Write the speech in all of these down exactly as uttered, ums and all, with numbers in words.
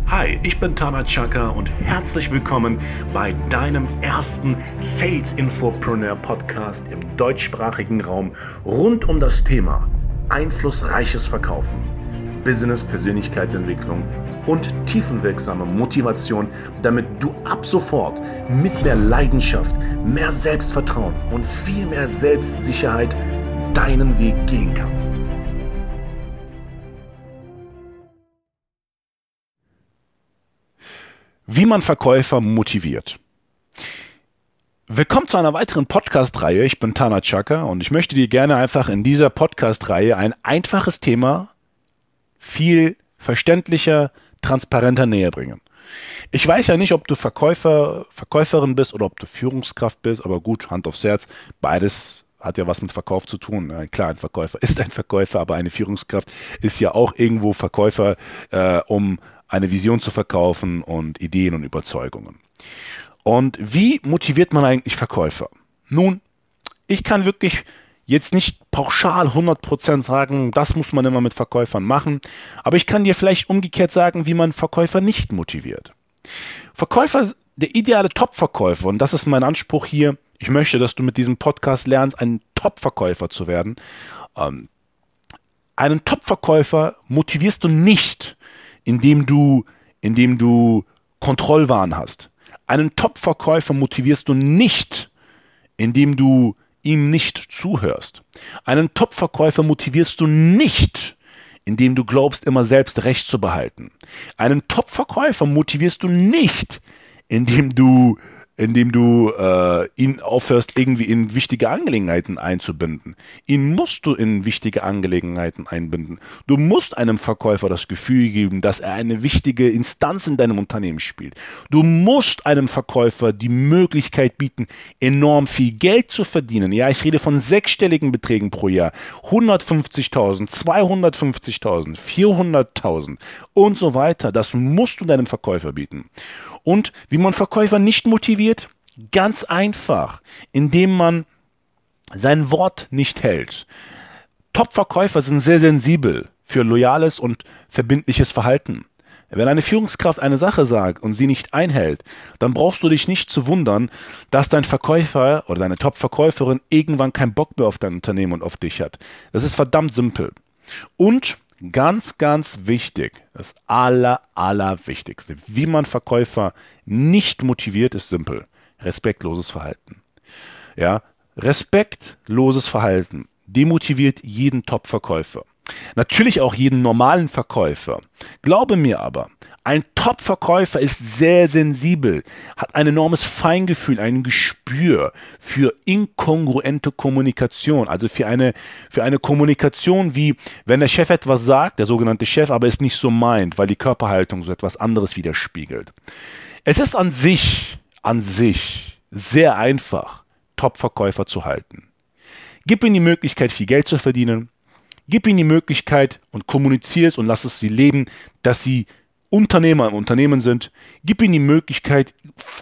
Hi, ich bin Tana Chaka und herzlich willkommen bei deinem ersten Sales Infopreneur Podcast im deutschsprachigen Raum rund um das Thema einflussreiches Verkaufen, Business, Persönlichkeitsentwicklung und tiefenwirksame Motivation, damit du ab sofort mit mehr Leidenschaft, mehr Selbstvertrauen und viel mehr Selbstsicherheit deinen Weg gehen kannst. Wie man Verkäufer motiviert. Willkommen zu einer weiteren Podcast-Reihe. Ich bin Tana Chaka und ich möchte dir gerne einfach in dieser Podcast-Reihe ein einfaches Thema viel verständlicher, transparenter näher bringen. Ich weiß ja nicht, ob du Verkäufer, Verkäuferin bist oder ob du Führungskraft bist, aber gut, Hand aufs Herz, beides hat ja was mit Verkauf zu tun. Klar, ein Verkäufer ist ein Verkäufer, aber eine Führungskraft ist ja auch irgendwo Verkäufer, äh, um eine Vision zu verkaufen und Ideen und Überzeugungen. Und wie motiviert man eigentlich Verkäufer? Nun, ich kann wirklich jetzt nicht pauschal hundert Prozent sagen, das muss man immer mit Verkäufern machen, aber ich kann dir vielleicht umgekehrt sagen, wie man Verkäufer nicht motiviert. Verkäufer, der ideale Top-Verkäufer, und das ist mein Anspruch hier, ich möchte, dass du mit diesem Podcast lernst, ein Top-Verkäufer zu werden. Ähm, einen Top-Verkäufer motivierst du nicht, indem du, indem du Kontrollwahn hast. Einen Top-Verkäufer motivierst du nicht, indem du ihm nicht zuhörst. Einen Top-Verkäufer motivierst du nicht, indem du glaubst, immer selbst Recht zu behalten. Einen Top-Verkäufer motivierst du nicht, indem du indem du äh, ihn aufhörst, irgendwie in wichtige Angelegenheiten einzubinden. Ihn musst du in wichtige Angelegenheiten einbinden. Du musst einem Verkäufer das Gefühl geben, dass er eine wichtige Instanz in deinem Unternehmen spielt. Du musst einem Verkäufer die Möglichkeit bieten, enorm viel Geld zu verdienen. Ja, ich rede von sechsstelligen Beträgen pro Jahr. hundertfünfzigtausend, zweihundertfünfzigtausend, vierhunderttausend und so weiter. Das musst du deinem Verkäufer bieten. Und wie man Verkäufer nicht motiviert? Ganz einfach, indem man sein Wort nicht hält. Top-Verkäufer sind sehr sensibel für loyales und verbindliches Verhalten. Wenn eine Führungskraft eine Sache sagt und sie nicht einhält, dann brauchst du dich nicht zu wundern, dass dein Verkäufer oder deine Top-Verkäuferin irgendwann keinen Bock mehr auf dein Unternehmen und auf dich hat. Das ist verdammt simpel. Und ganz, ganz wichtig, das aller, allerwichtigste, wie man Verkäufer nicht motiviert, ist simpel. Respektloses Verhalten. Ja, respektloses Verhalten demotiviert jeden Top-Verkäufer. Natürlich auch jeden normalen Verkäufer. Glaube mir aber, ein Top-Verkäufer ist sehr sensibel, hat ein enormes Feingefühl, ein Gespür für inkongruente Kommunikation, also für eine, für eine Kommunikation wie, wenn der Chef etwas sagt, der sogenannte Chef, aber es nicht so meint, weil die Körperhaltung so etwas anderes widerspiegelt. Es ist an sich, an sich sehr einfach, Top-Verkäufer zu halten. Gib ihnen die Möglichkeit, viel Geld zu verdienen, gib ihnen die Möglichkeit und kommuniziere es und lass es sie leben, dass sie Unternehmer im Unternehmen sind. Gib ihnen die Möglichkeit,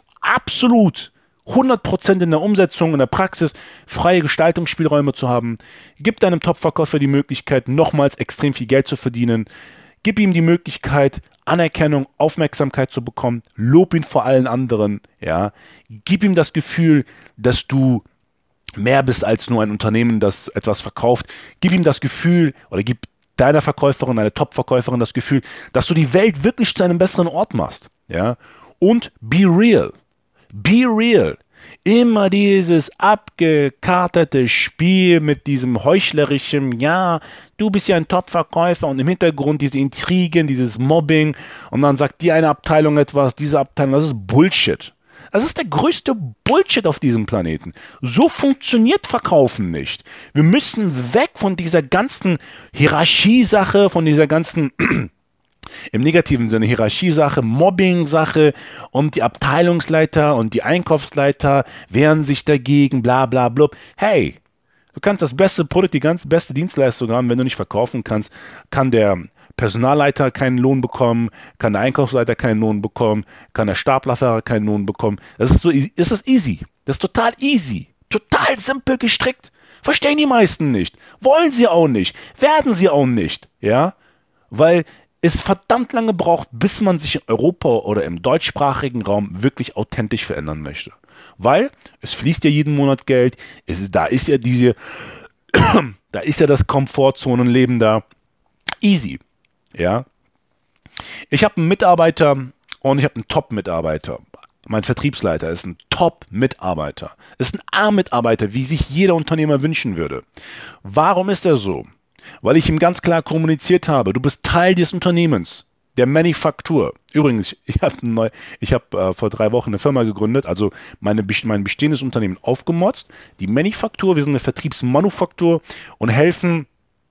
absolut hundert Prozent in der Umsetzung, in der Praxis, freie Gestaltungsspielräume zu haben. Gib deinem Top-Verkäufer die Möglichkeit, nochmals extrem viel Geld zu verdienen. Gib ihm die Möglichkeit, Anerkennung, Aufmerksamkeit zu bekommen. Lob ihn vor allen anderen. Ja. Gib ihm das Gefühl, dass du mehr bist als nur ein Unternehmen, das etwas verkauft. Gib ihm das Gefühl oder gib deiner Verkäuferin, deiner Top-Verkäuferin das Gefühl, dass du die Welt wirklich zu einem besseren Ort machst. Ja? Und be real. Be real. Immer dieses abgekartete Spiel mit diesem heuchlerischen, ja, du bist ja ein Top-Verkäufer und im Hintergrund diese Intrigen, dieses Mobbing und dann sagt die eine Abteilung etwas, diese Abteilung, das ist Bullshit. Das ist der größte Bullshit auf diesem Planeten. So funktioniert Verkaufen nicht. Wir müssen weg von dieser ganzen Hierarchiesache, von dieser ganzen, im negativen Sinne, Hierarchiesache, Mobbing-Sache und die Abteilungsleiter und die Einkaufsleiter wehren sich dagegen, bla bla blub. Hey, du kannst das beste Produkt, die ganz beste Dienstleistung haben, wenn du nicht verkaufen kannst, kann der Personalleiter keinen Lohn bekommen, kann der Einkaufsleiter keinen Lohn bekommen, kann der Staplerfahrer keinen Lohn bekommen. Das ist so, ist das easy. Das ist total easy. Total simpel gestrickt. Verstehen die meisten nicht. Wollen sie auch nicht. Werden sie auch nicht. Ja? Weil es verdammt lange braucht, bis man sich in Europa oder im deutschsprachigen Raum wirklich authentisch verändern möchte. Weil es fließt ja jeden Monat Geld, es ist, da ist ja diese, da ist ja das Komfortzonenleben da. Easy. Ja. Ich habe einen Mitarbeiter und ich habe einen Top-Mitarbeiter. Mein Vertriebsleiter ist ein Top-Mitarbeiter. Ist ein A-Mitarbeiter, wie sich jeder Unternehmer wünschen würde. Warum ist er so? Weil ich ihm ganz klar kommuniziert habe, du bist Teil des Unternehmens, der Manufaktur. Übrigens, ich habe neu, ich hab, äh, vor drei Wochen eine Firma gegründet, also meine, mein bestehendes Unternehmen aufgemotzt. Die Manufaktur, wir sind eine Vertriebsmanufaktur und helfen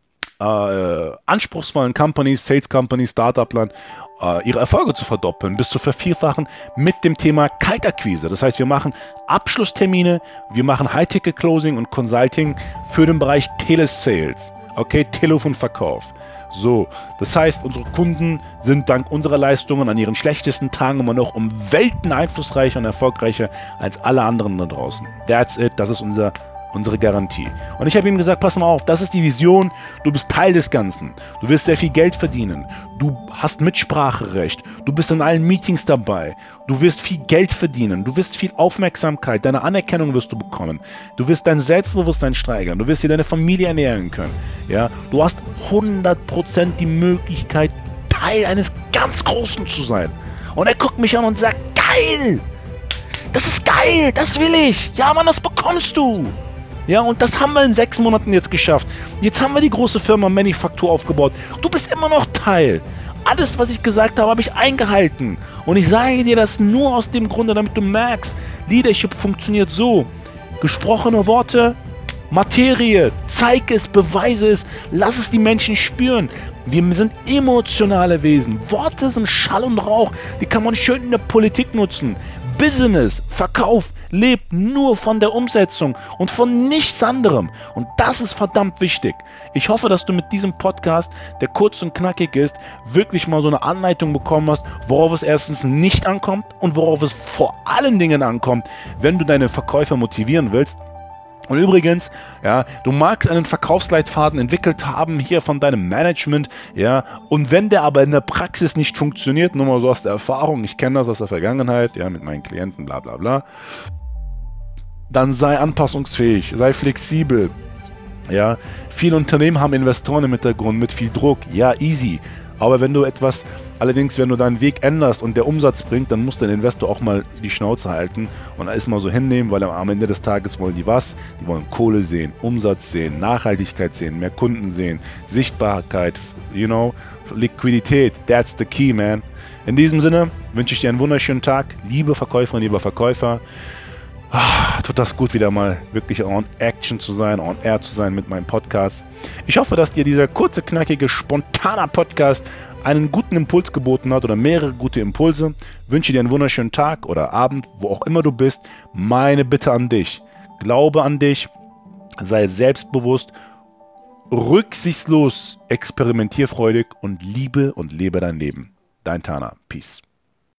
äh, anspruchsvollen Companies, Sales Companies, Startup-Land, äh, ihre Erfolge zu verdoppeln, bis zu vervierfachen mit dem Thema Kaltakquise. Das heißt, wir machen Abschlusstermine, wir machen High-Ticket-Closing und Consulting für den Bereich Telesales. Okay, Telefonverkauf. So, das heißt, unsere Kunden sind dank unserer Leistungen an ihren schlechtesten Tagen immer noch um Welten einflussreicher und erfolgreicher als alle anderen da draußen. That's it, das ist unser, unsere Garantie. Und ich habe ihm gesagt, pass mal auf, das ist die Vision, du bist Teil des Ganzen. Du wirst sehr viel Geld verdienen, du hast Mitspracherecht, du bist in allen Meetings dabei, du wirst viel Geld verdienen, du wirst viel Aufmerksamkeit, deine Anerkennung wirst du bekommen, du wirst dein Selbstbewusstsein steigern, du wirst dir deine Familie ernähren können. Ja? Du hast hundert Prozent die Möglichkeit, Teil eines ganz Großen zu sein. Und er guckt mich an und sagt, geil, das ist geil, das will ich, ja Mann, das bekommst du. Ja, und das haben wir in sechs Monaten jetzt geschafft. Jetzt haben wir die große Firma Manufaktur aufgebaut. Du bist immer noch Teil. Alles, was ich gesagt habe, habe ich eingehalten. Und ich sage dir das nur aus dem Grunde, damit du merkst, Leadership funktioniert so. Gesprochene Worte, Materie, zeig es, beweise es, lass es die Menschen spüren. Wir sind emotionale Wesen. Worte sind Schall und Rauch, die kann man schön in der Politik nutzen. Business, Verkauf lebt nur von der Umsetzung und von nichts anderem. Und das ist verdammt wichtig. Ich hoffe, dass du mit diesem Podcast, der kurz und knackig ist, wirklich mal so eine Anleitung bekommen hast, worauf es erstens nicht ankommt und worauf es vor allen Dingen ankommt, wenn du deine Verkäufer motivieren willst. Und übrigens, ja, du magst einen Verkaufsleitfaden entwickelt haben hier von deinem Management, ja, und wenn der aber in der Praxis nicht funktioniert, nur mal so aus der Erfahrung, ich kenne das aus der Vergangenheit, ja, mit meinen Klienten, bla bla bla, dann sei anpassungsfähig, sei flexibel, ja. Viele Unternehmen haben Investoren im Hintergrund mit viel Druck, ja, easy. Aber wenn du etwas, allerdings, wenn du deinen Weg änderst und der Umsatz bringt, dann muss der Investor auch mal die Schnauze halten und alles mal so hinnehmen, weil am Ende des Tages wollen die was? Die wollen Kohle sehen, Umsatz sehen, Nachhaltigkeit sehen, mehr Kunden sehen, Sichtbarkeit, you know, Liquidität. That's the key, man. In diesem Sinne wünsche ich dir einen wunderschönen Tag, liebe Verkäuferinnen, lieber Verkäufer. Ah, tut das gut, wieder mal wirklich on Action zu sein, on Air zu sein mit meinem Podcast. Ich hoffe, dass dir dieser kurze, knackige, spontane Podcast einen guten Impuls geboten hat oder mehrere gute Impulse. Ich wünsche dir einen wunderschönen Tag oder Abend, wo auch immer du bist. Meine Bitte an dich, glaube an dich, sei selbstbewusst, rücksichtslos, experimentierfreudig und liebe und lebe dein Leben. Dein Tana. Peace.